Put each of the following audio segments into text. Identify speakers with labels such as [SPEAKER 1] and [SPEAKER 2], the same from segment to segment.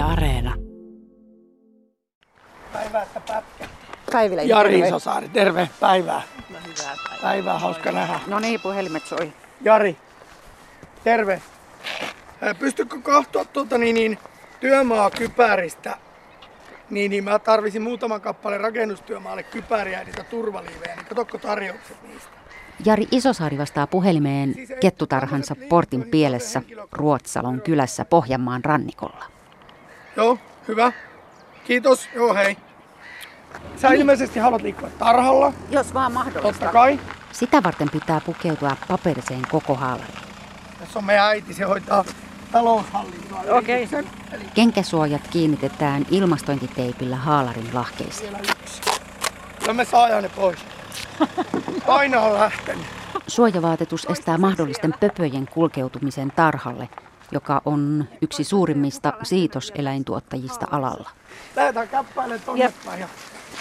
[SPEAKER 1] Areena.
[SPEAKER 2] Päivää, että pätkä.
[SPEAKER 3] Päivillä.
[SPEAKER 2] Jari Isosaari, terve. Päivää.
[SPEAKER 3] No, hyvää päivää.
[SPEAKER 2] Päivää, hauska nähdä.
[SPEAKER 3] No niin, puhelimet soi.
[SPEAKER 2] Jari, terve. Pystytkö katsoa työmaakypäristä? Niin, mä tarvisin muutaman kappaleen rakennustyömaalle kypäriä ja niitä turvaliivejä. Niin katsotko tarjoukset niistä?
[SPEAKER 4] Jari Isosaari vastaa puhelimeen kettutarhansa portin pielessä Ruotsalon kylässä Pohjanmaan rannikolla.
[SPEAKER 2] Joo, hyvä. Kiitos. Joo, hei. Sä ilmeisesti haluat liikkua tarhalla.
[SPEAKER 3] Jos vaan mahdollista.
[SPEAKER 2] Totta kai.
[SPEAKER 4] Sitä varten pitää pukeutua paperiseen koko haalariin.
[SPEAKER 2] Tässä on meidän äiti, se hoitaa taloushallintoa.
[SPEAKER 3] Okei.
[SPEAKER 4] Kenkäsuojat kiinnitetään ilmastointiteipillä haalarin lahkeisiin.
[SPEAKER 2] Siellä yksi. Kyllä me saadaan ne pois. Aina on lähtenyt.
[SPEAKER 4] Suojavaatetus estää mahdollisten pöpöjen kulkeutumisen tarhalle, joka on yksi suurimmista siitoseläintuottajista alalla.
[SPEAKER 2] Lähdetään käppäilemään tonne päin ja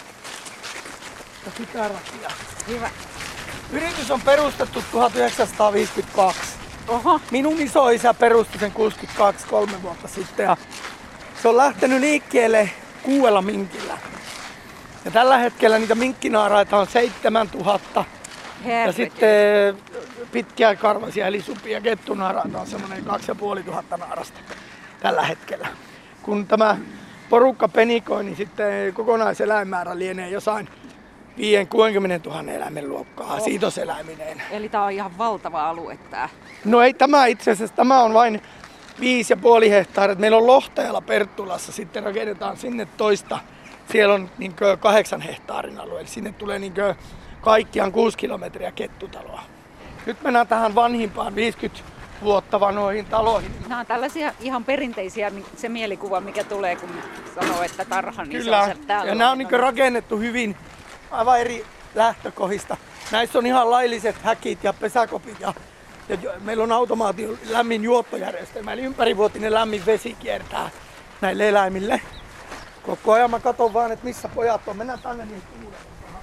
[SPEAKER 2] kytäräkiä.
[SPEAKER 3] Hyvä.
[SPEAKER 2] Yritys on perustettu 1952.
[SPEAKER 3] Oho.
[SPEAKER 2] Minun isoisä perusti sen 62 3 vuotta sitten ja se on lähtenyt liikkeelle 6 minkillä. Ja tällä hetkellä niitä minkkinaaraita on 7000. Ja sitten pitkiä karvaisia eli supia kettunaaraita on semmoinen 2500 naarasta tällä hetkellä. Kun tämä porukka penikoi, niin sitten kokonaiseläinmäärä lienee jossain 5-60 000 eläimen luokkaa siitoseläimineen.
[SPEAKER 3] Eli tää on ihan valtava alue tää.
[SPEAKER 2] No ei tämä itse asiassa, tämä on vain 5,5 hehtaaria. Meillä on Lohtajalla Perttulassa, sitten rakennetaan sinne toista. Siellä on 8 hehtaarin alue, eli sinne tulee kaikkiaan 6 kilometriä kettutaloa. Nyt mennään tähän vanhimpaan 50 vuotta vanhoihin taloihin.
[SPEAKER 3] Nämä on tällaisia ihan perinteisiä, se mielikuva mikä tulee kun sanoo, että tarha, niin
[SPEAKER 2] kyllä.
[SPEAKER 3] Se on täällä.
[SPEAKER 2] Ja nämä on rakennettu hyvin aivan eri lähtökohdista. Näissä on ihan lailliset häkit ja pesäkopit ja meillä on automaatio lämmin juottojärjestelmä, eli ympärivuotinen lämmin vesi kiertää näille eläimille. Koko ajan mä katson vaan, että missä pojat on. Mennään tänne niin kuulemaan.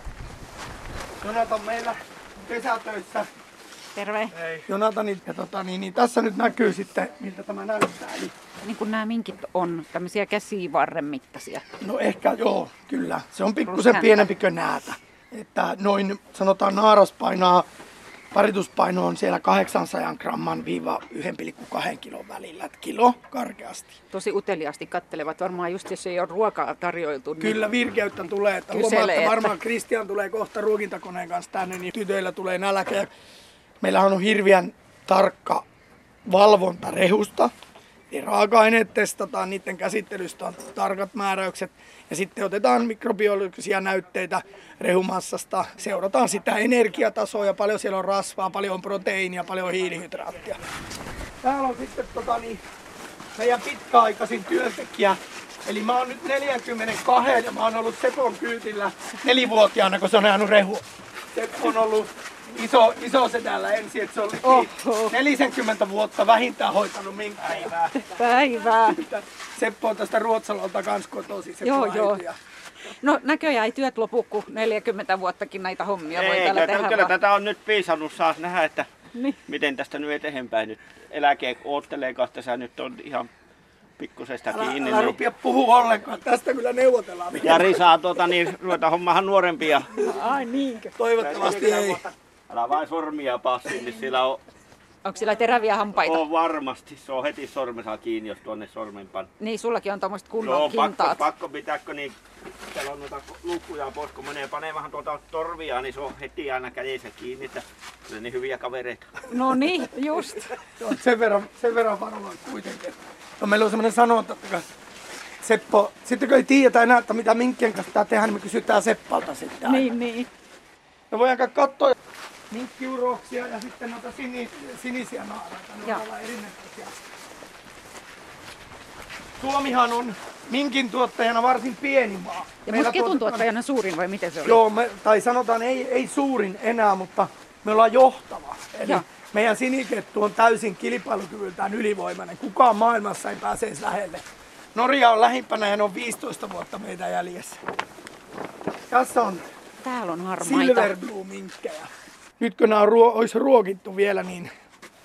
[SPEAKER 2] Jonatan meillä kesätöissä.
[SPEAKER 3] Terve.
[SPEAKER 2] Hei. Jonatani, ja tässä nyt näkyy sitten, miltä tämä näyttää. Eli
[SPEAKER 3] niin kuin nämä minkit on tämmöisiä käsivarren mittaisia.
[SPEAKER 2] no ehkä joo, kyllä. Se on pikkusen pienempi kuin näätä. Että noin, sanotaan naaras painaa, parituspaino on siellä 800 gramman - 1,2 kilon välillä. Että kilo karkeasti.
[SPEAKER 3] Tosi uteliaasti katselevat. Varmaan just jos ei ole ruokaa tarjoiltu.
[SPEAKER 2] Kyllä virkeyttä tulee. Että huomaatte, varmaan Kristian tulee kohta ruokintakoneen kanssa tänne, niin tytöillä tulee nälkä. Meillähän on hirveän tarkka valvonta rehusta. Niin raaka-aineet testataan, niiden käsittelystä on tarkat määräykset. Ja sitten otetaan mikrobiologisia näytteitä rehumassasta. Seurataan sitä energiatasoa ja paljon siellä on rasvaa, paljon on proteiinia, paljon on hiilihydraattia. Täällä on sitten meidän pitkäaikaisin työntekijä. Eli mä oon nyt 42 ja mä oon ollut Sepon kyytillä 4-vuotiaana, kun se on ajanut rehua. Seppo on ollut iso sedällä ensin, että se oli 40 vuotta vähintään hoitanut minkäpäivää.
[SPEAKER 3] Päivää.
[SPEAKER 2] Seppo on tästä Ruotsalolta kans kotoisin.
[SPEAKER 3] Joo. No näköjään ei työt lopu, kun 40 vuottakin näitä hommia voi täällä tehdä.
[SPEAKER 5] Kyllä tätä on nyt piisannut, saas nähdä, että miten tästä nyt eteenpäin. Nyt eläke oottelee kanssa, tässä nyt on ihan pikkusesta kiinni.
[SPEAKER 2] Älä rupia puhua ollenkaan, tästä kyllä neuvotellaan.
[SPEAKER 5] Jari saa ruveta hommahan nuorempia.
[SPEAKER 3] Ai niinkö?
[SPEAKER 2] Toivottavasti ei.
[SPEAKER 5] Älä vain sormia passiin, niin siellä on...
[SPEAKER 3] Onko siellä teräviä hampaita?
[SPEAKER 5] On varmasti, se on heti sormensa kiinni, jos tuonne sormen pan.
[SPEAKER 3] Niin, sullakin on tommoset kunnon kintaat.
[SPEAKER 5] Pakko pitääkö, niin täällä on noita luukkuja pois, kun menee panemaan tuota torvia, niin se on heti aina kädessä kiinni, että ne niin hyviä kavereita.
[SPEAKER 3] No niin, just.
[SPEAKER 2] Sen verran varomaan kuitenkin. No, meillä on semmoinen sanonta, että Seppo, sitten kun ei tiedetä enää, että mitä minkkien kanssa pitää tehdä, niin me kysytään Seppalta sitten.
[SPEAKER 3] Niin.
[SPEAKER 2] Me voidaan katsoa minkkiurouksia ja sitten noita sinisiä naaraita. Ne on erinäköisiä. Suomihan on minkin tuottajana varsin pieni maa.
[SPEAKER 3] Ja musta ketun tuottajana suurin vai miten se oli?
[SPEAKER 2] Joo, tai sanotaan ei suurin enää, mutta me ollaan johtava. Eli meidän sinikettu on täysin kilpailukyvyltään ylivoimainen. Kukaan maailmassa ei pääse edes lähelle. Norja on lähimpänä ja ne on 15 vuotta meitä jäljessä. Tässä on
[SPEAKER 3] täällä on harmaita.
[SPEAKER 2] Silver Blue minkkejä. Nyt kun nämä olisi ruokittu vielä, niin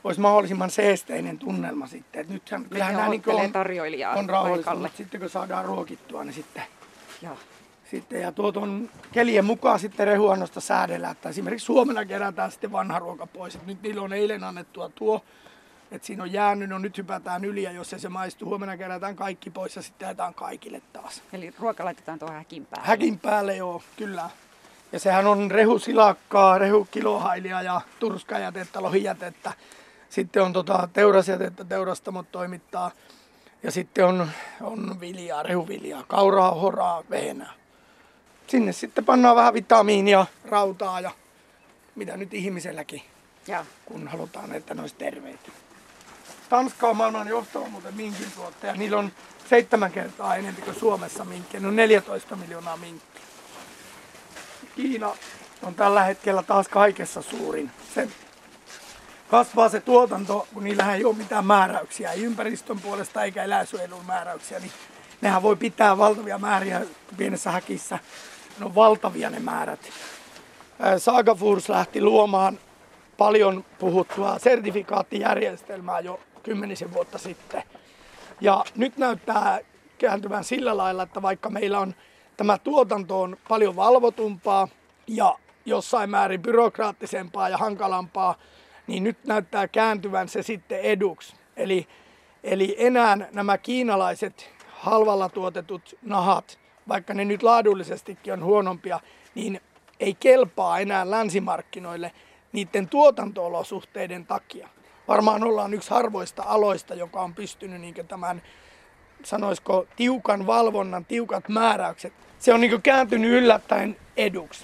[SPEAKER 2] olisi mahdollisimman seesteinen tunnelma sitten. Et nythän kyllähän nämä niin on rauhallista, mutta sitten kun saadaan ruokittua, niin sitten... Ja tuon kelien mukaan sitten rehuannosta säädellään, että esimerkiksi huomenna kerätään sitten vanha ruoka pois. Et nyt niillä on eilen annettua että siinä on jäänyt, no nyt hypätään yli ja jos ei se maistu, huomenna kerätään kaikki pois ja sitten jaetaan kaikille taas.
[SPEAKER 3] Eli ruoka laitetaan tuohon häkin päälle?
[SPEAKER 2] Häkin päälle, joo, kyllä. Ja sehän on rehusilakkaa, rehukilohailia ja turskajätettä, lohijätettä. Sitten on teurasjätettä, teurastamot toimittaa. Ja sitten on viljaa, rehuviljaa, kauraa, horaa, vehnää. Sinne sitten pannaan vähän vitamiinia, rautaa ja mitä nyt ihmiselläkin, kun halutaan, että ne olisi terveitä. Tanska on maailman johtava muuten minkin tuottaja. Niillä on 7 kertaa enemmän kuin Suomessa minkkiä. Ne on 14 miljoonaa minkkiä. Kiina on tällä hetkellä taas kaikessa suurin. Se kasvaa se tuotanto, kun niillähän ei ole mitään määräyksiä, ei ympäristön puolesta eikä eläinsuojelun määräyksiä, niin nehän voi pitää valtavia määriä pienessä häkissä. Ne on valtavia ne määrät. Saga Foods lähti luomaan paljon puhuttua sertifikaattijärjestelmää jo 10 vuotta sitten. Ja nyt näyttää kääntyvän sillä lailla, että vaikka meillä on tämä tuotanto on paljon valvotumpaa ja jossain määrin byrokraattisempaa ja hankalampaa, niin nyt näyttää kääntyvän se sitten eduksi. Eli enää nämä kiinalaiset halvalla tuotetut nahat, vaikka ne nyt laadullisestikin on huonompia, niin ei kelpaa enää länsimarkkinoille niiden tuotanto-olosuhteiden takia. Varmaan ollaan yksi harvoista aloista, joka on pystynyt niin tämän, sanoisiko, tiukan valvonnan, tiukat määräykset. Se on niin kääntynyt yllättäen eduksi.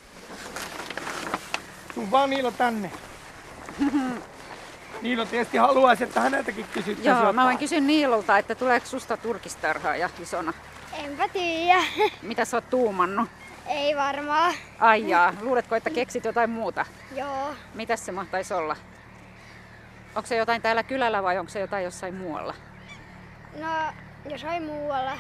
[SPEAKER 2] Sun vaan Niilo tänne. Niilo tietysti haluaisi, että häneltäkin kysyttäisiin jotain.
[SPEAKER 3] Joo, mä voin kysyä Niilolta, että tuleeko susta turkistarhaaja isona?
[SPEAKER 1] Enpä tiedä.
[SPEAKER 3] Mitä sä oot tuumannut?
[SPEAKER 1] Ei varmaan.
[SPEAKER 3] Ai jaa, luuletko, että keksit jotain muuta?
[SPEAKER 1] Joo.
[SPEAKER 3] Mitäs se mahtaisi olla? Onko se jotain täällä kylällä vai onko se jotain jossain muualla?
[SPEAKER 1] No, jossain muualla.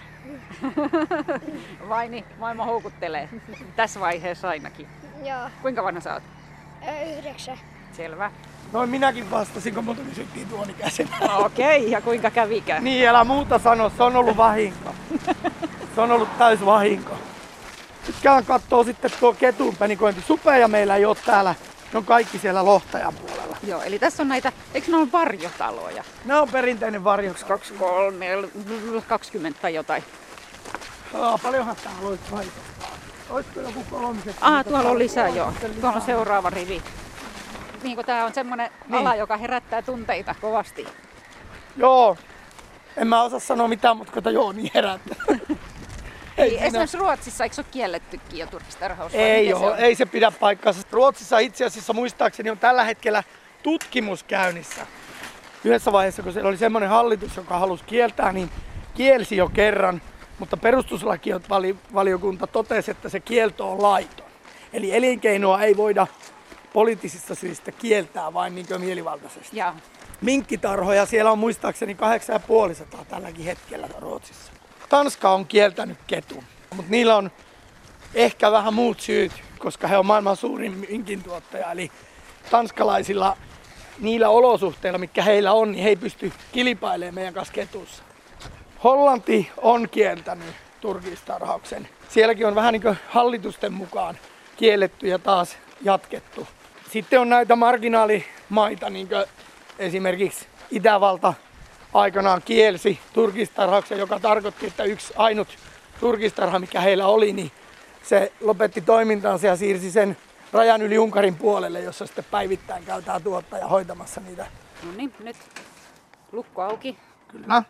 [SPEAKER 3] Vai niin, maailma houkuttelee. Tässä vaiheessa ainakin.
[SPEAKER 1] Joo.
[SPEAKER 3] Kuinka vanha sä oot?
[SPEAKER 1] 9.
[SPEAKER 3] Selvä.
[SPEAKER 2] Noin minäkin vastasin, kun multa kysyttiin tuonikäisenä.
[SPEAKER 3] Okei, ja kuinka kävikään?
[SPEAKER 2] Niin, älä muuta sano, se on ollut vahinko. Se on ollut täys vahinko. Nyt käydään kattoo sitten tuo ketun penikointi. Supeja meillä ei ole täällä, ne on kaikki siellä Lohtajan puolella.
[SPEAKER 3] Joo, eli tässä on näitä, eikö ne ole varjotaloja?
[SPEAKER 2] Ne on perinteinen varjotalo.
[SPEAKER 3] 2, 3, 20 tai jotain.
[SPEAKER 2] Paljonhan täällä olisi vaikuttaa. Olisiko joku 30?
[SPEAKER 3] Tuolla on lisää joo. Tuolla on seuraava rivi. Niin kuin tää on semmonen ala, joka herättää tunteita kovasti.
[SPEAKER 2] Joo. En mä osaa sanoa mitään, mutta joo, niin herättää.
[SPEAKER 3] Esimerkiksi Ruotsissa, eikö se ole kiellettykin jo turkistarhaus?
[SPEAKER 2] Ei se pidä paikkaansa. Ruotsissa itse asiassa muistaakseni on tällä hetkellä tutkimus käynnissä. Yhdessä vaiheessa, kun siellä oli semmoinen hallitus, joka halusi kieltää, niin kielsi jo kerran, mutta perustuslakivaliokunta totesi, että se kielto on laiton. Eli elinkeinoa ei voida poliittisista syistä kieltää vain niin mielivaltaisesti.
[SPEAKER 3] Ja.
[SPEAKER 2] Minkkitarhoja siellä on muistaakseni 850 tälläkin hetkellä Ruotsissa. Tanska on kieltänyt ketun, mutta niillä on ehkä vähän muut syyt, koska he on maailman suurin minkintuottaja. Eli tanskalaisilla niillä olosuhteilla, mitkä heillä on, niin he ei pysty kilpailemaan meidän kanssa ketussa. Hollanti on kieltänyt turkistarhauksen. Sielläkin on vähän niin kuin hallitusten mukaan kielletty ja taas jatkettu. Sitten on näitä marginaalimaita, niin kuin esimerkiksi Itävalta aikanaan kielsi turkistarhauksen, joka tarkoitti, että yksi ainut turkistarha, mikä heillä oli, niin se lopetti toimintansa ja siirsi sen rajan yli Unkarin puolelle, jossa sitten päivittäin käytetään tuottaja hoitamassa niitä.
[SPEAKER 3] No niin, nyt lukko auki.
[SPEAKER 2] Kyllä.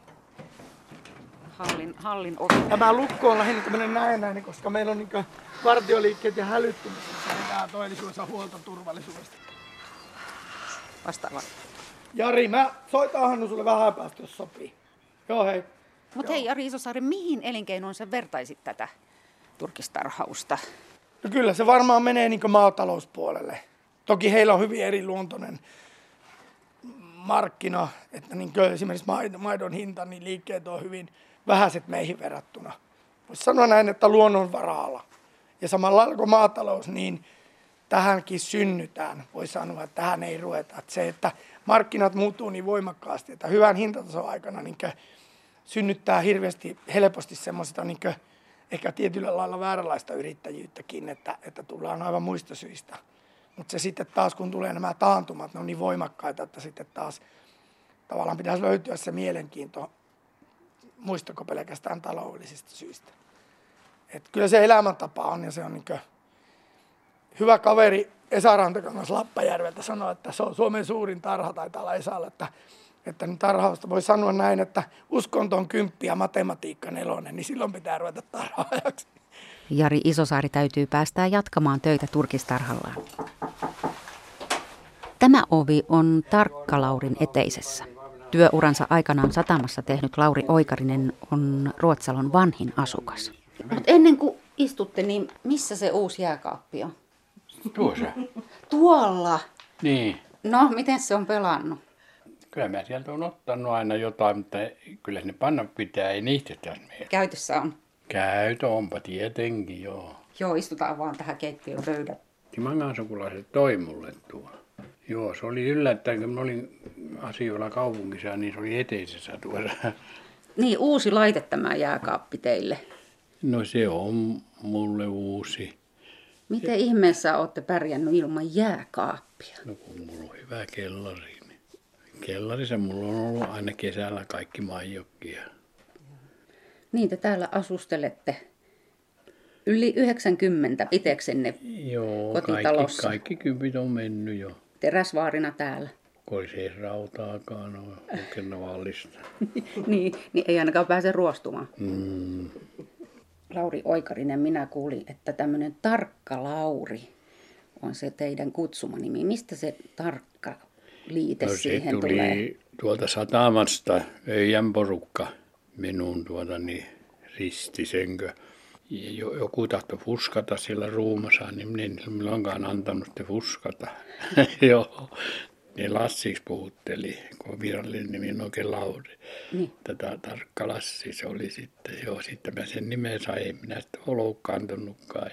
[SPEAKER 3] Hallin ovi.
[SPEAKER 2] Tämä lukko on lähinnä tämmöinen näennäinen, koska meillä on niin vartioliikkeet ja hälyttymiset. Tämä todellisuudessa huolta turvallisuudesta.
[SPEAKER 3] Vastaava.
[SPEAKER 2] Jari, mä soitan Hannu sulle vähän päästä, jos sopii. Joo, hei.
[SPEAKER 3] Mutta hei Jari Isosaari, mihin elinkeinoon sä vertaisit tätä turkistarhausta?
[SPEAKER 2] No kyllä se varmaan menee niin maatalouspuolelle. Toki heillä on hyvin eriluontoinen markkina, että niin esimerkiksi maidon hinta, niin liikkeet on hyvin vähäiset meihin verrattuna. Voisi sanoa näin, että luonnonvara-ala. Ja samalla kuin maatalous, niin tähänkin synnytään. Voi sanoa, että tähän ei ruveta. Että se, että markkinat muuttuu niin voimakkaasti, että hyvän hintatason aikana niin synnyttää hirveästi helposti semmoista niin ehkä tietyllä lailla vääränlaista yrittäjyyttäkin, että tullaan aivan muista syistä. Mutta se sitten taas, kun tulee nämä taantumat, ne on niin voimakkaita, että sitten taas tavallaan pitäisi löytyä se mielenkiinto muistako pelkästään taloudellisista syistä. Et kyllä se elämäntapa on ja se on niin hyvä kaveri Esa Rantakangas Lappajärveltä sanoi, että se on Suomen suurin tarha, taitaa olla Esalla, että nyt tarhausta voi sanoa näin, että uskonto on 10 ja matematiikka 4, niin silloin pitää ruveta tarhaajaksi.
[SPEAKER 4] Jari Isosaari täytyy päästää jatkamaan töitä turkistarhallaan. Tämä ovi on Tarkka-Laurin eteisessä. Työuransa aikanaan satamassa tehnyt Lauri Oikarinen on Ruotsalon vanhin asukas. Mutta ennen kuin istutte, niin missä se uusi jääkaappi on?
[SPEAKER 6] Tuossa.
[SPEAKER 4] Tuolla?
[SPEAKER 6] Niin.
[SPEAKER 4] No, miten se on pelannut?
[SPEAKER 6] Kyllä mä sieltä on ottanut aina jotain, mutta kyllä ne panna pitää, ei niistä tässä meillä.
[SPEAKER 4] Käytössä on.
[SPEAKER 6] Käytö onpa tietenkin, joo.
[SPEAKER 4] Joo, istutaan vaan tähän keittiön pöydän.
[SPEAKER 6] Timangan sukulaiset toi mulle tuo. Joo, se oli yllättäen, kun mä olin asioilla kaupungissa, niin se oli eteisessä tuossa.
[SPEAKER 4] Niin, uusi laite tämä jääkaappi teille.
[SPEAKER 6] No se on mulle uusi.
[SPEAKER 4] Miten ihmeessä olette pärjännyt ilman jääkaappia?
[SPEAKER 6] No kun mulla on hyvä kellari. Niin. Kellarissa mulla on ollut aina kesällä kaikki maijokkia.
[SPEAKER 4] Niin, te täällä asustelette yli 90 iteksenne kotitalossa.
[SPEAKER 6] Kaikki kympit on mennyt jo.
[SPEAKER 4] Teräsvaarina täällä.
[SPEAKER 6] Kun ei rautaakaan ole oikein tavallista.
[SPEAKER 4] niin ei ainakaan pääse ruostumaan.
[SPEAKER 6] Mm.
[SPEAKER 4] Lauri Oikarinen, minä kuulin, että tämmöinen Tarkka Lauri on se teidän kutsumanimi. Mistä se tarkka liite siihen tulee?
[SPEAKER 6] Se tuli tuolta satamasta Öijän porukka minun ristisenkö. Joku tahtoi fuskata siellä ruumassa, niin minä en milloinkaan antanut te fuskata. Joo. Ne Lassiksi puhutteli, kun virallinen nimi on oikein Lauri.
[SPEAKER 4] Niin.
[SPEAKER 6] Tätä Tarkka Lassi se oli sitten. Joo, sitten mä sen nimen sain, ei minä sitten ole loukkaantunutkaan.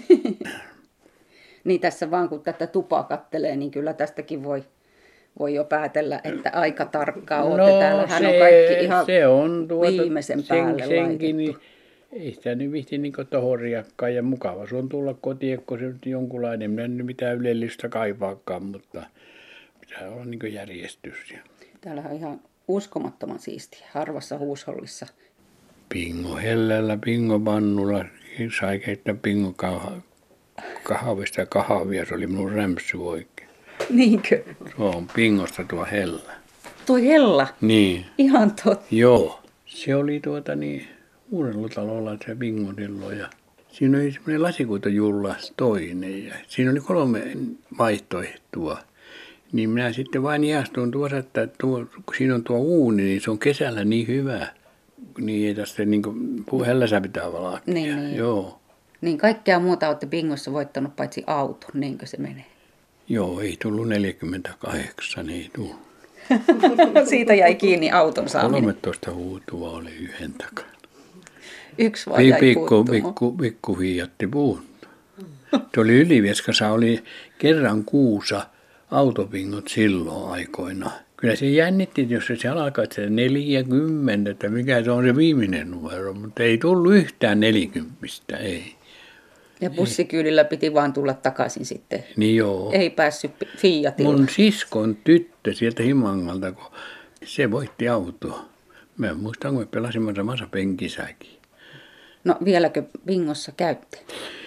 [SPEAKER 4] Niin tässä vaan kun tätä tupaa kattelee, niin kyllä tästäkin voi jo päätellä, että aika tarkkaa olette täällä. Hän on kaikki ihan
[SPEAKER 6] se on
[SPEAKER 4] viimeisen päälle
[SPEAKER 6] senkin, niin
[SPEAKER 4] laitettu.
[SPEAKER 6] ei sitä nyt vihti niin tohon riakkaan ja mukava se on tulla kotiin, kun se nyt jonkunlainen, minä en nyt mitään ylellistä kaivaakaan, mutta pitää olla niin järjestys.
[SPEAKER 4] Täällä on ihan uskomattoman siistiä, harvassa huushollissa.
[SPEAKER 6] Pingo hellällä, pingo pannulla, sai keittää pingo kahvista ja kahvia, se oli minun rämpsy oikein.
[SPEAKER 4] Niinkö?
[SPEAKER 6] Tuo on pingosta tuo hellä.
[SPEAKER 4] Tuo hella?
[SPEAKER 6] Niin.
[SPEAKER 4] Ihan totta.
[SPEAKER 6] Joo. Se oli uudella talolla se pingotillo ja siinä oli semmoinen lasikuitojullas toinen ja siinä oli 3 vaihtoehtoa. Niin minä sitten vain ihastuin tuossa, että kun siinä on tuo uuni, niin se on kesällä niin hyvä. Niin ei tästä niin kuin hellässä pitää valakkia.
[SPEAKER 4] Niin.
[SPEAKER 6] Joo.
[SPEAKER 4] Niin kaikkea muuta olette bingossa voittanut paitsi auton, niinkö se menee?
[SPEAKER 6] Joo, ei tullut 48, ei tullut.
[SPEAKER 4] Siitä jäi kiinni auton saaminen.
[SPEAKER 6] 13 huutua oli yhden takana.
[SPEAKER 4] Yksi vaan jäi puuttumaan.
[SPEAKER 6] Pikku hiiatti puuttua. Tuolla Ylivieskassa oli kerran kuussa autopingot silloin aikoina. Kyllä se jännitti, jos se alkaa, että se 40, että mikä se on se viimeinen numero, mutta ei tullut yhtään 40, ei.
[SPEAKER 4] Ja bussikyydillä piti vaan tulla takaisin sitten.
[SPEAKER 6] Niin joo.
[SPEAKER 4] Ei päässyt Fiatilla.
[SPEAKER 6] Mun siskon tyttö sieltä Himangalta, kun se voitti autoa. Mä muistan, kun me pelasimme samassa penkissäkin.
[SPEAKER 4] No vieläkö bingossa käytte?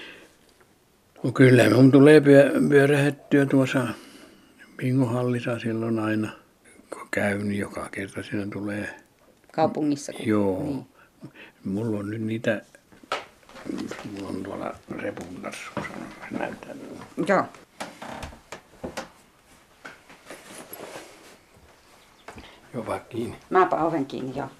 [SPEAKER 6] No kyllä, mun tulee pyörähettyä tuossa bingohallissa silloin aina. Kun käyn, joka kerta siinä tulee.
[SPEAKER 4] Kaupungissa?
[SPEAKER 6] Joo.
[SPEAKER 4] Niin.
[SPEAKER 6] Mulla on nyt niitä, mulla on tuolla repun tassu, näytän.
[SPEAKER 4] Joo.
[SPEAKER 6] Jopa kiinni.
[SPEAKER 4] Mäpä oven kiinni, joo.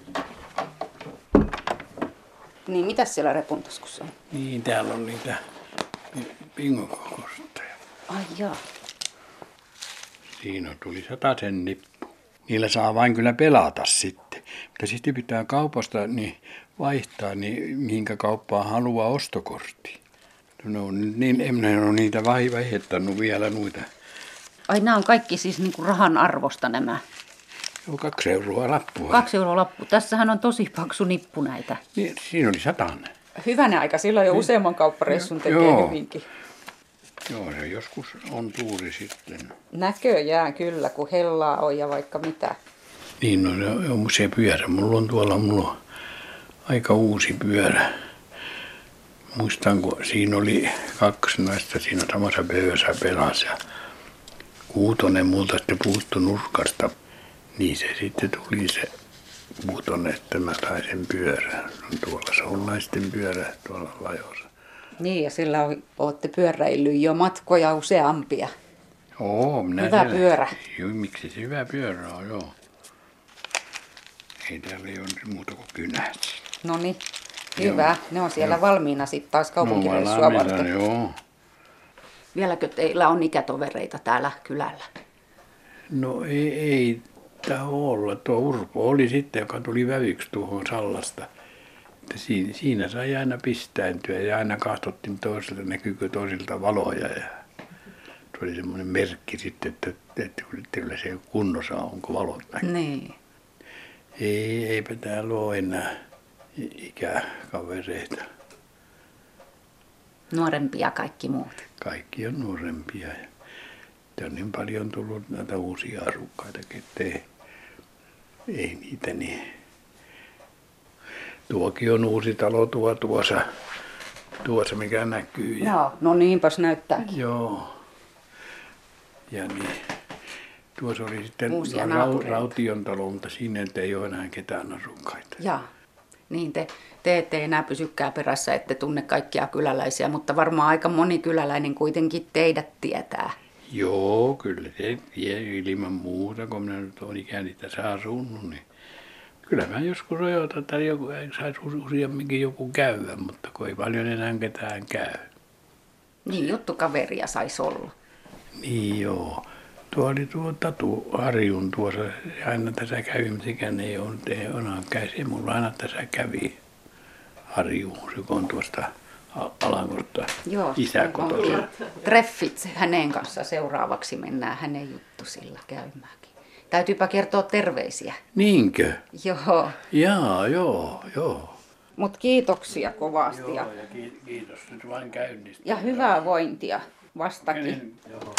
[SPEAKER 4] Niin, mitäs siellä repun taskussa on?
[SPEAKER 6] Niin, täällä on niitä bingokortteja.
[SPEAKER 4] Ai jaa.
[SPEAKER 6] Siinä tuli 100 nippu. Niillä saa vain kyllä pelata sitten. Mutta sitten pitää kaupasta niin vaihtaa, niin mihinkä kauppaan haluaa ostokortti. No niin, en minä ole niitä vaihettanut vielä noita.
[SPEAKER 4] Ai nämä on kaikki siis niinku rahan arvosta nämä.
[SPEAKER 6] Joo, 2 euroa lappua.
[SPEAKER 4] 2 euroa lappu. Tässähän on tosi paksu nippu näitä.
[SPEAKER 6] Niin, siinä oli 100.
[SPEAKER 3] Hyvänä aika, silloin jo useamman kauppareissun tekee
[SPEAKER 6] Joo.
[SPEAKER 3] hyvinkin.
[SPEAKER 6] Joo, se joskus on tuuri sitten.
[SPEAKER 3] Näköjään kyllä, kun hellaa on ja vaikka mitä.
[SPEAKER 6] Niin, no se pyörä. Mulla on aika uusi pyörä. Muistan, kun siinä oli 2 naista siinä samassa pöydässä pelasi ja 6 multa sitten puuttu nurkasta. Niin se sitten tuli se 6, että mä sain sen pyörän. Tuolla se on naisten pyörä tuolla lajossa.
[SPEAKER 3] Niin, ja sillä olette pyöräillyt jo matkoja useampia.
[SPEAKER 6] Oo, minä
[SPEAKER 3] Hyvä pyörä.
[SPEAKER 6] Joo, miksi se hyvä pyörä on, joo. Ei täällä ole muuta kuin kynät.
[SPEAKER 3] No niin, hyvä. Ne on siellä valmiina sitten taas kaupunkireissua varten.
[SPEAKER 6] Joo.
[SPEAKER 4] Vieläkö teillä on ikätovereita täällä kylällä?
[SPEAKER 6] No ei tää olla. Tuo Urpo oli sitten, joka tuli vävyksi tuohon Sallasta. Että siinä sai aina pistääntyä ja aina katsottiin toiselta, näkyykö toisilta valoja. Ja se oli semmoinen merkki sitten, että kyllä se kunnossa onko valot näkyy.
[SPEAKER 4] Niin.
[SPEAKER 6] Eipä täällä ole enää ikäkavereita.
[SPEAKER 4] Nuorempia kaikki muut.
[SPEAKER 6] Kaikki on nuorempia. Ja on niin paljon tullut näitä uusia asukkaitakin, että ei niitä niin. Tuokin on uusi talo tuossa mikä näkyy. Ja,
[SPEAKER 3] Joo, no niinpäs näyttääkin.
[SPEAKER 6] joo. Ja niin. Tuossa oli sitten
[SPEAKER 4] Uusia naapureita.
[SPEAKER 6] Raution talo, mutta siinä ei ole enää ketään asukkaita.
[SPEAKER 4] Jaa. Niin te ette enää pysykään perässä, ette tunne kaikkia kyläläisiä, mutta varmaan aika moni kyläläinen kuitenkin teidät tietää.
[SPEAKER 6] Joo, kyllä se tie ilman muuta, kun minä nyt olen ikäni tässä asunut, niin kyllä mä joskus ojotan, että joku saisi useamminkin joku käydä, mutta kun ei paljon enää ketään käy.
[SPEAKER 4] Niin, juttukaveria saisi olla.
[SPEAKER 6] Niin joo. Tuo oli tuo Tatu Harjun tuossa, aina tässä kävi, mutta sekään ei ole enää käsi. Mulla aina tässä kävi Harju, se on tuosta Alangosta isäkotoisin.
[SPEAKER 4] Treffit hänen kanssa seuraavaksi mennään hänen juttusilla käymäänkin. Täytyypä kertoa terveisiä.
[SPEAKER 6] Niinkö?
[SPEAKER 4] Joo.
[SPEAKER 6] Jaa, joo.
[SPEAKER 3] Mut kiitoksia kovasti
[SPEAKER 6] Joo, ja kiitos nyt vain käynnistä.
[SPEAKER 3] ja hyvää vointia vastakin.
[SPEAKER 6] Joo.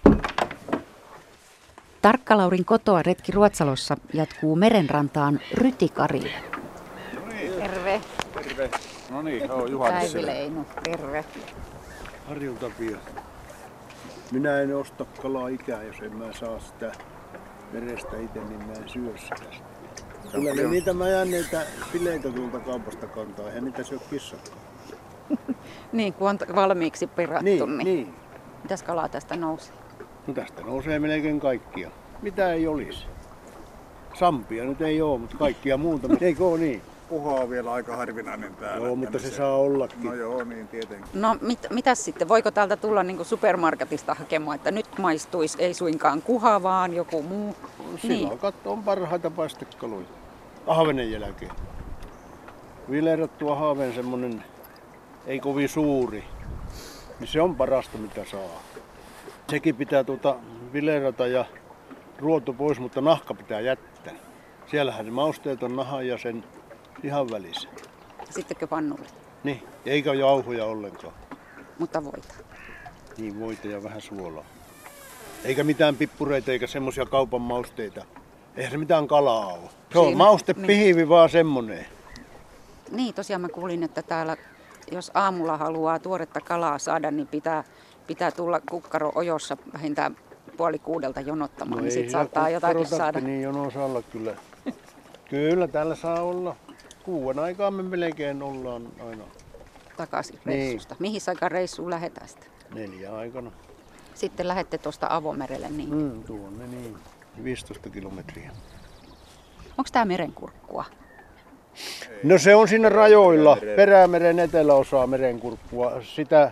[SPEAKER 4] Tarkkalaurin kotoa retki Ruotsalossa jatkuu merenrantaan Rytikarille.
[SPEAKER 3] Terve.
[SPEAKER 7] Terve. No niin, on Juhani
[SPEAKER 3] Päivi Leinu, terve.
[SPEAKER 7] Harjun Tapio. Minä en osta kalaa ikää, jos en mä saa sitä verestä itse, niin mä en syö sitä. Kyllä ne niitä mä jänneitä fileitä tuolta kaupasta kantaa, eihän niitä syö kissakaan.
[SPEAKER 3] Niin, kun on valmiiksi perattu,
[SPEAKER 7] Niin.
[SPEAKER 3] mitäs kalaa tästä nousee?
[SPEAKER 7] No tästä nousee melkein kaikkia. Mitä ei olisi? Sampia nyt ei oo, mutta kaikkia muuta. Eikö oo niin?
[SPEAKER 8] Kuha on vielä aika harvinainen täällä.
[SPEAKER 7] Joo, mutta se saa ollakin.
[SPEAKER 8] No joo, niin tietenkin.
[SPEAKER 3] No mitäs sitten, voiko täältä tulla niinku supermarketista hakemaan, että nyt maistuisi ei suinkaan kuha, vaan joku muu?
[SPEAKER 7] Silloin katto on parhaita paistekaluja. Ahvenen jälkeen. Vilerattua haaven semmonen ei kovin suuri, niin se on parasta mitä saa. Sekin pitää vilerata ja ruoto pois, mutta nahka pitää jättää. Siellähän ne mausteet on nahan ja sen ihan välissä.
[SPEAKER 3] Sittenkö pannulle?
[SPEAKER 7] Niin, eikä jauhoja ollenkaan.
[SPEAKER 3] Mutta voita.
[SPEAKER 7] Niin, voita ja vähän suolaa. Eikä mitään pippureita eikä semmosia kaupan mausteita. Eihän se mitään kalaa ole. Se on maustepihivi vaan semmonen.
[SPEAKER 3] Niin, tosiaan mä kuulin, että täällä jos aamulla haluaa tuoretta kalaa saada, niin pitää tulla kukkaro ojossa vähintään 5:30 jonottamaan, niin sit saattaa jotakin saada.
[SPEAKER 7] Niin jono saa olla kyllä. Kyllä täällä saa olla. 6 aikaa me melkein ollaan aina.
[SPEAKER 3] Takaisin reissusta. Mihin aikaan reissuun lähdetään sitten?
[SPEAKER 7] 4 aikana.
[SPEAKER 3] Sitten lähdette tuosta avomerelle. Niin.
[SPEAKER 7] Tuonne niin. 15 kilometriä.
[SPEAKER 3] Onko tää merenkurkkua?
[SPEAKER 7] No se on siinä rajoilla. Perämeren eteläosaa merenkurkkua. Sitä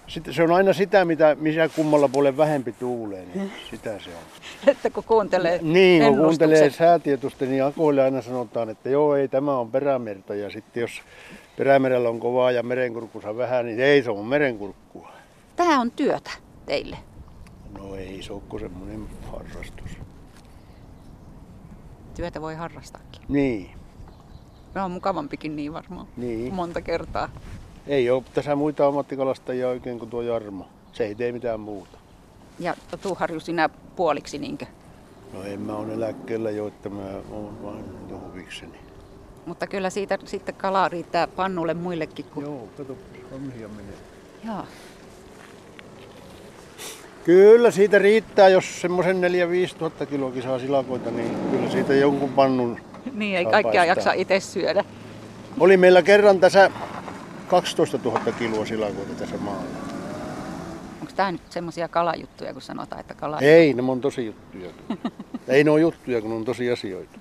[SPEAKER 7] Sitten se on aina sitä, missä kummalla puolen vähempi tuulee, niin sitä se on.
[SPEAKER 3] Että kun kuuntelee
[SPEAKER 7] Niin, kun kuuntelee
[SPEAKER 3] ennustukset.
[SPEAKER 7] säätiedotusta, niin akoille aina sanotaan, että joo, ei, tämä on perämerta. Ja sitten jos perämerellä on kovaa ja merenkurkussa vähän, niin ei, se on merenkurkkua.
[SPEAKER 4] Tämä on työtä teille.
[SPEAKER 7] No ei se ole kuin semmoinen harrastus.
[SPEAKER 3] Työtä voi harrastaakin.
[SPEAKER 7] Niin,
[SPEAKER 3] No on mukavampikin niin varmaan.
[SPEAKER 7] niin.
[SPEAKER 3] Monta kertaa.
[SPEAKER 7] Ei ole tässä muita ammattikalastajia oikein kuin tuo Jarmo. Se ei tee mitään muuta.
[SPEAKER 3] Ja Harju, sinä puoliksi niinkö?
[SPEAKER 7] No en mä ole eläkkeellä jo, että mä oon vain huvikseni.
[SPEAKER 3] Mutta kyllä siitä sitten kalaa riittää pannulle muillekin.
[SPEAKER 7] Joo, kato, vanhia menee.
[SPEAKER 3] Joo.
[SPEAKER 7] Kyllä siitä riittää, jos semmoisen 4-5 tuhatta kiloakin saa silakoita, niin kyllä siitä jonkun pannun
[SPEAKER 3] Niin, ei
[SPEAKER 7] saa
[SPEAKER 3] kaikkea
[SPEAKER 7] paistaa.
[SPEAKER 3] jaksa itse syödä.
[SPEAKER 7] Oli meillä kerran tässä 12 000 kiloa silakoita tässä maalla.
[SPEAKER 3] Onko tämä nyt semmoisia kalajuttuja, kun sanotaan, että kala...
[SPEAKER 7] Ei, ne on tosi juttuja. Ei ne ole juttuja, kun ne on tosi asioita.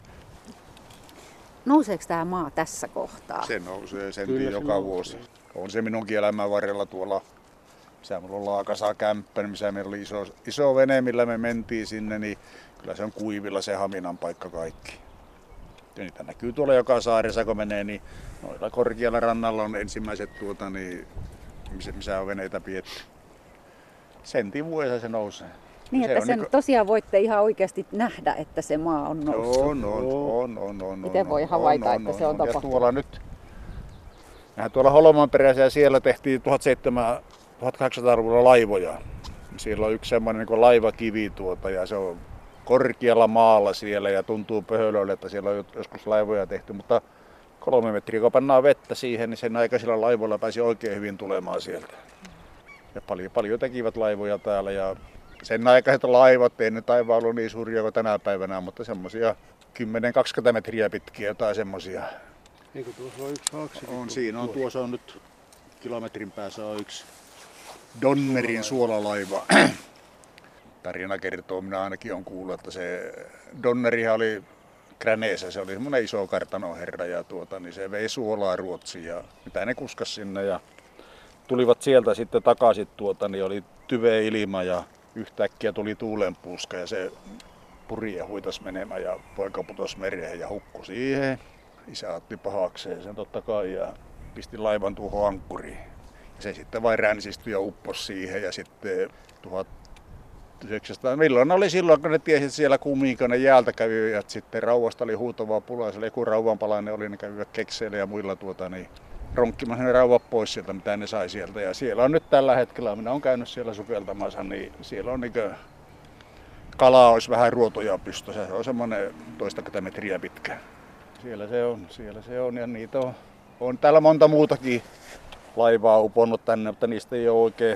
[SPEAKER 4] Nouseeko tämä maa tässä kohtaa?
[SPEAKER 8] Se nousee sentin
[SPEAKER 7] Kyllä se
[SPEAKER 8] joka
[SPEAKER 7] nousee.
[SPEAKER 8] vuosi. On se minunkin elämän varrella tuolla, missä mulla on Laakasa kämppä, missä meillä oli iso vene, millä me mentiin sinne, niin kyllä se on kuivilla se Haminan paikka kaikki. Ja niitä näkyy tuolla joka saaressa, kun menee, niin noilla korkealla rannalla on ensimmäiset missä on veneitä pidetty. Sentin vuodessa se nousee.
[SPEAKER 4] Niin,
[SPEAKER 8] Se
[SPEAKER 4] että
[SPEAKER 8] on
[SPEAKER 4] sen
[SPEAKER 8] niinku-
[SPEAKER 4] tosiaan voitte ihan oikeasti nähdä, että se maa on noussut.
[SPEAKER 8] On.
[SPEAKER 3] Miten voi havaita, että se on
[SPEAKER 8] Ja
[SPEAKER 3] tapahtunut?
[SPEAKER 8] tuolla nyt, mehän tuolla Holmanperässä ja siellä tehtiin 1800-luvulla laivoja. Siellä on yksi semmoinen niin laivakivi ja se on korkealla maalla siellä ja tuntuu pöhölölle, että siellä on joskus laivoja tehty, mutta 3 metriä kun pannaan vettä siihen, niin sen aikaisilla laivoilla pääsi oikein hyvin tulemaan sieltä. Ja paljon tekivät laivoja täällä ja sen aikaiset laivat ei nyt aivan ollut niin suuria kuin tänä päivänä, mutta semmoisia 10-20 metriä pitkiä jotain semmoisia.
[SPEAKER 7] Eikö tuossa ole yksi haaksi?
[SPEAKER 8] On siinä on, tuossa on nyt kilometrin päässä on yksi Donnerin suolalaiva. Tarina kertoo, minä ainakin olen kuullut, että se Donnerihan oli Kräneessä, se oli semmoinen iso kartanoherra ja niin se vei suolaa Ruotsiin ja mitä ne kuskas sinne ja tulivat sieltä sitten takaisin niin oli tyveä ilma ja yhtäkkiä tuli tuulenpuuska ja se puri ja huitas menemään ja poika putosi mereen ja hukkui siihen. Isä otti pahakseen sen totta kai ja pisti laivan tuohon ankkuriin. Ja se sitten vain ränsistyi ja upposi siihen ja sitten 1900, milloin oli silloin, kun ne tiesi, että siellä kumminkaan ne jäältä kävivät, sitten rauvasta oli huutavaa pulaa, siellä joku rauvanpalainen oli, ne kävivät kekseillä ja muilla niin ronkkimassa ne rauvat pois sieltä, mitä ne sai sieltä. Ja siellä on nyt tällä hetkellä, minä olen käynyt siellä sukeltamassa, niin siellä on kalaa olisi vähän ruotoja pystyssä, se on semmoinen 20 metriä pitkä. Siellä se on ja niitä on täällä monta muutakin laivaa uponnut tänne, mutta niistä ei ole oikein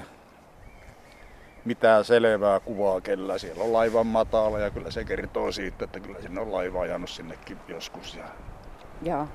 [SPEAKER 8] mitään selvää kuvaa kellään. Siellä on laivan matala ja kyllä se kertoo siitä, että kyllä sinne on laiva ajanut sinnekin joskus.
[SPEAKER 4] Joo.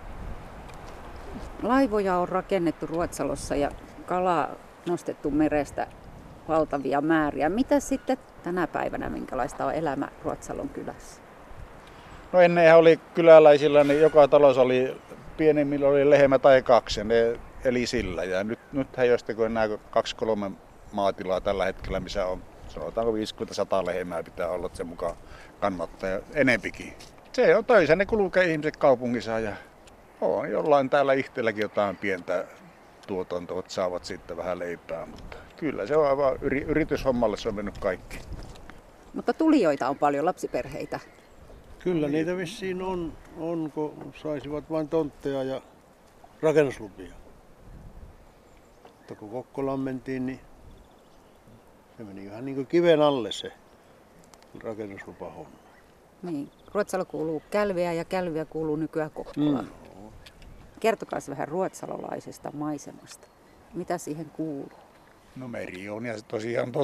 [SPEAKER 4] Laivoja on rakennettu Ruotsalossa ja kalaa nostettu merestä valtavia määriä. Mitä sitten tänä päivänä, minkälaista on elämä Ruotsalon kylässä?
[SPEAKER 8] No ennenhän oli kyläläisillä, niin joka talossa oli pienimmillä oli lehmä tai 2 ja ne eli sillä. Ja nythän jostain enää 2-3 maatilaa tällä hetkellä, missä on sanotaanko 50-100 lehmää pitää olla, että sen mukaan kannattaa ja enempikin. Se on töissä, ne kulkee ihmiset kaupungissa ja on jollain täällä itselläkin jotain pientä tuotantoa, että saavat sitten vähän leipää, mutta kyllä se on aivan yrityshommalle se on mennyt kaikki.
[SPEAKER 4] Mutta tulijoita on paljon, lapsiperheitä.
[SPEAKER 7] Kyllä niitä vissiin on, kun saisivat vain tontteja ja rakennuslupia. Mutta kun Kokkolaan mentiin, niin se meni ihan niin kuin kiven alle se rakennuslupahomma.
[SPEAKER 4] Niin, Ruotsalo kuuluu Kälviä ja Kälviä kuuluu nykyään Kokkolaan. Kertokaa vähän ruotsalolaisesta maisemasta. Mitä siihen kuuluu?
[SPEAKER 8] No meri on ja tosiaan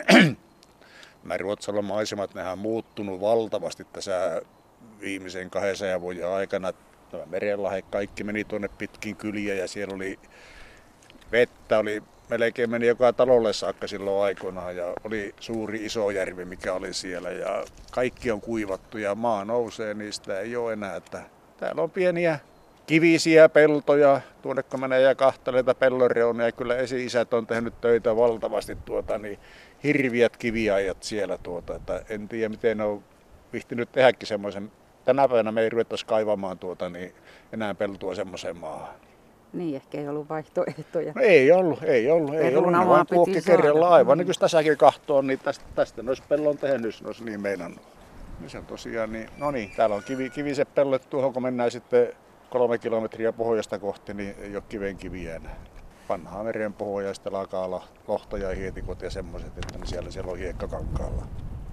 [SPEAKER 8] nämä Ruotsalon maisemat, nehän on muuttunut valtavasti tässä viimeisen 200 vuoden aikana. Tämä merenlahde kaikki meni tuonne pitkin kyliä ja siellä oli vettä, melkein meni joka talolle saakka silloin aikoinaan ja oli suuri iso järvi, mikä oli siellä ja kaikki on kuivattu ja maa nousee, niistä ei ole enää. Että täällä on pieniä kivisiä peltoja, tuonne kun menee ja kahtelee pellonreunia, kyllä esi-isät on tehnyt töitä valtavasti, niin hirviät kiviajat siellä, että en tiedä miten ne on vihtinyt tehdäkin semmoisen. Tänä päivänä me ei ruvettaisi kaivamaan niin enää peltoa semmoiseen maahan.
[SPEAKER 3] Niin, ehkä ei ollut vaihtoehtoja.
[SPEAKER 8] No ei ollut. Ne vaan tuokki kerralla aivan. Niin kuin tässäkin kahtoo, niin tästä ne olisi pellon tehnyt, ne olisi niin meinannut. No se on tosiaan niin, no niin, täällä on kiviset pellot tuohon, kun mennään sitten 3 kilometriä pohjoista kohti, niin ei ole kiven kiviä enää. Vanhaa merenpohjaa ja sitten alkaa lohta ja hietikot ja semmoiset, että siellä on hiekkakankaalla.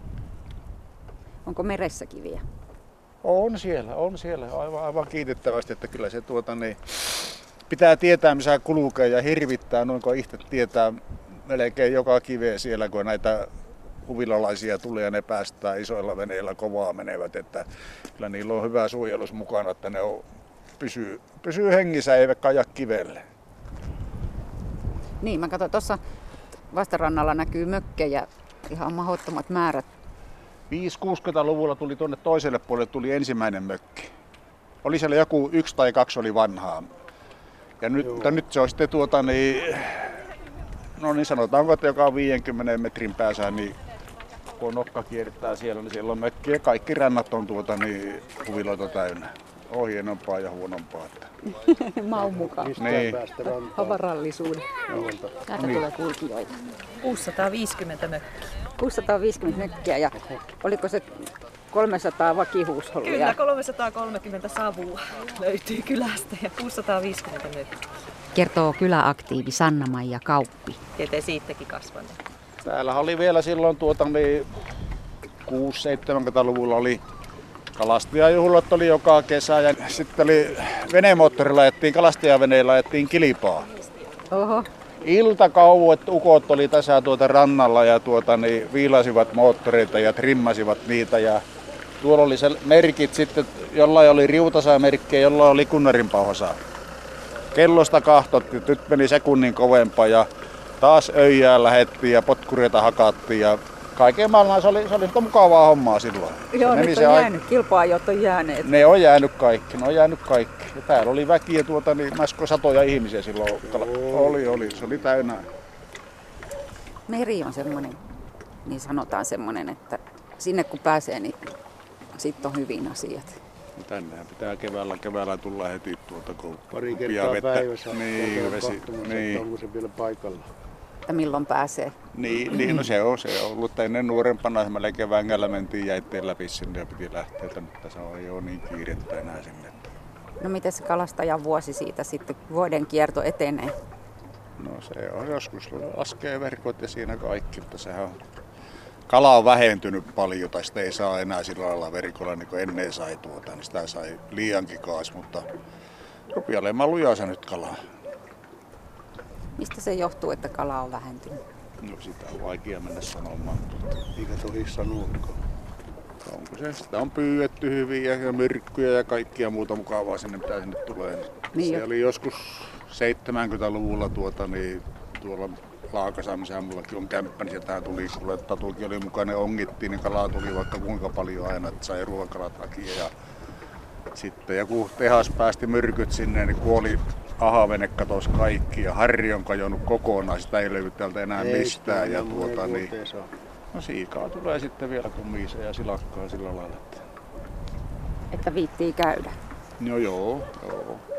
[SPEAKER 3] Onko meressä kiviä?
[SPEAKER 8] On siellä. Aivan kiitettävästi, että kyllä se niin, pitää tietää missä kulkee ja hirvittää, noin kun itse tietää melkein joka kiveä siellä, kun näitä huvilalaisia tulee ja ne päästään isoilla veneillä kovaa menevät, että kyllä niillä on hyvä suojelus mukana, että ne pysyy hengissä eivätkä aja kivelle.
[SPEAKER 3] Niin, mä katsoin tuossa vastarannalla näkyy mökkejä, ihan mahdottomat määrät.
[SPEAKER 8] 5-60-luvulla tuli tuonne toiselle puolelle ensimmäinen mökki. Oli siellä joku 1 tai 2 oli vanhaa. Ja nyt se on sitten no niin sanotaanko, että joka 50 metrin päässä, niin kun nokka kiertää siellä, niin siellä on mökki ja kaikki rannat on huviloita täynnä. On hienompaa ja huonompaa.
[SPEAKER 3] Maun mukaan.
[SPEAKER 8] Niin.
[SPEAKER 3] Havarallisuuden. Täältä tulee kulkijoita.
[SPEAKER 9] 650 mökkiä.
[SPEAKER 3] 650 mökkiä ja oliko se 300 vakihuushollia?
[SPEAKER 9] Kyllä, 330 savua löytyy kylästä ja 650 mökkiä.
[SPEAKER 4] Kertoo kyläaktiivi Sanna-Maija Kauppi.
[SPEAKER 9] Te siitäkin kasvanut.
[SPEAKER 8] Täällä oli vielä silloin 6-70-luvulla oli kalastajajuhlat oli joka kesä ja sitten oli venemoottorilla ajettiin, kalastajaveneillä ajettiin kilpaa.
[SPEAKER 3] Oho.
[SPEAKER 8] Iltakauet ukot oli tässä rannalla ja viilasivat moottoreita ja trimmasivat niitä ja tuolla oli se merkit sitten, jollain oli riutasamerkkejä, jollain oli kunnarinpauhasa. Kellosta kahtot, nyt meni sekunnin kovempaa ja taas öijään lähettiin ja potkureita hakattiin ja kaiken maailman se oli mukavaa hommaa silloin.
[SPEAKER 3] Joo, nyt on jäänyt, kilpa-ajot on jääneet.
[SPEAKER 8] Ne on jäänyt kaikki. Ja täällä oli väkiä mäskö satoja ihmisiä silloin. Oli, se oli täynnä.
[SPEAKER 3] Meri on semmoinen, niin sanotaan semmoinen, että sinne kun pääsee, niin sitten on hyvin asiat.
[SPEAKER 8] Tännehän pitää keväällä tulla heti kun
[SPEAKER 7] pari kertaa päivässä.
[SPEAKER 8] Niin,
[SPEAKER 7] vesi. Niin. Onko se vielä paikalla?
[SPEAKER 3] Että milloin pääsee?
[SPEAKER 8] Niin, no se on ollut. Ennen nuorempana melkein vängällä mentiin jäitteen läpi sinne ja piti lähteä. Nyt tässä ei ole niin kiirettä enää sinne.
[SPEAKER 3] No miten se kalastajan vuosi siitä sitten vuoden kierto etenee?
[SPEAKER 8] No se on joskus laskee verkot ja siinä kaikki, mutta sehän on. Kala on vähentynyt paljon tai sitä ei saa enää sillä lailla verikolla niin kuin ennen sai niin sitä sai liiankin kaas, mutta rupeaa olemaan lujaa se nyt kalaa.
[SPEAKER 3] Mistä se johtuu, että kala on vähentynyt?
[SPEAKER 8] No sitä on vaikea mennä sanomaan.
[SPEAKER 7] Eikä tohi sanoakaan.
[SPEAKER 8] Onko se? Sitä on pyydetty hyvin ja myrkkyjä ja kaikkia muuta mukavaa sinne, mitä sinne tulee. Niin se oli joskus 70-luvulla tuolla Laakassa, missä mullakin on kämppä, niin sieltä tuli, kun Tatukin oli mukana, ongittiin, niin kalaa tuli vaikka kuinka paljon aina, että sai ruokakalat takia. Ja sitten joku tehas päästi myrkyt sinne, niin kuoli ahavene katosi kaikki ja Harri on kajonnut kokonaan, sitä ei löydy täältä enää mistään. Ja no siikaa tulee sitten vielä kummiisa ja silakkaa sillä lailla.
[SPEAKER 3] Että viittii käydä.
[SPEAKER 8] No joo.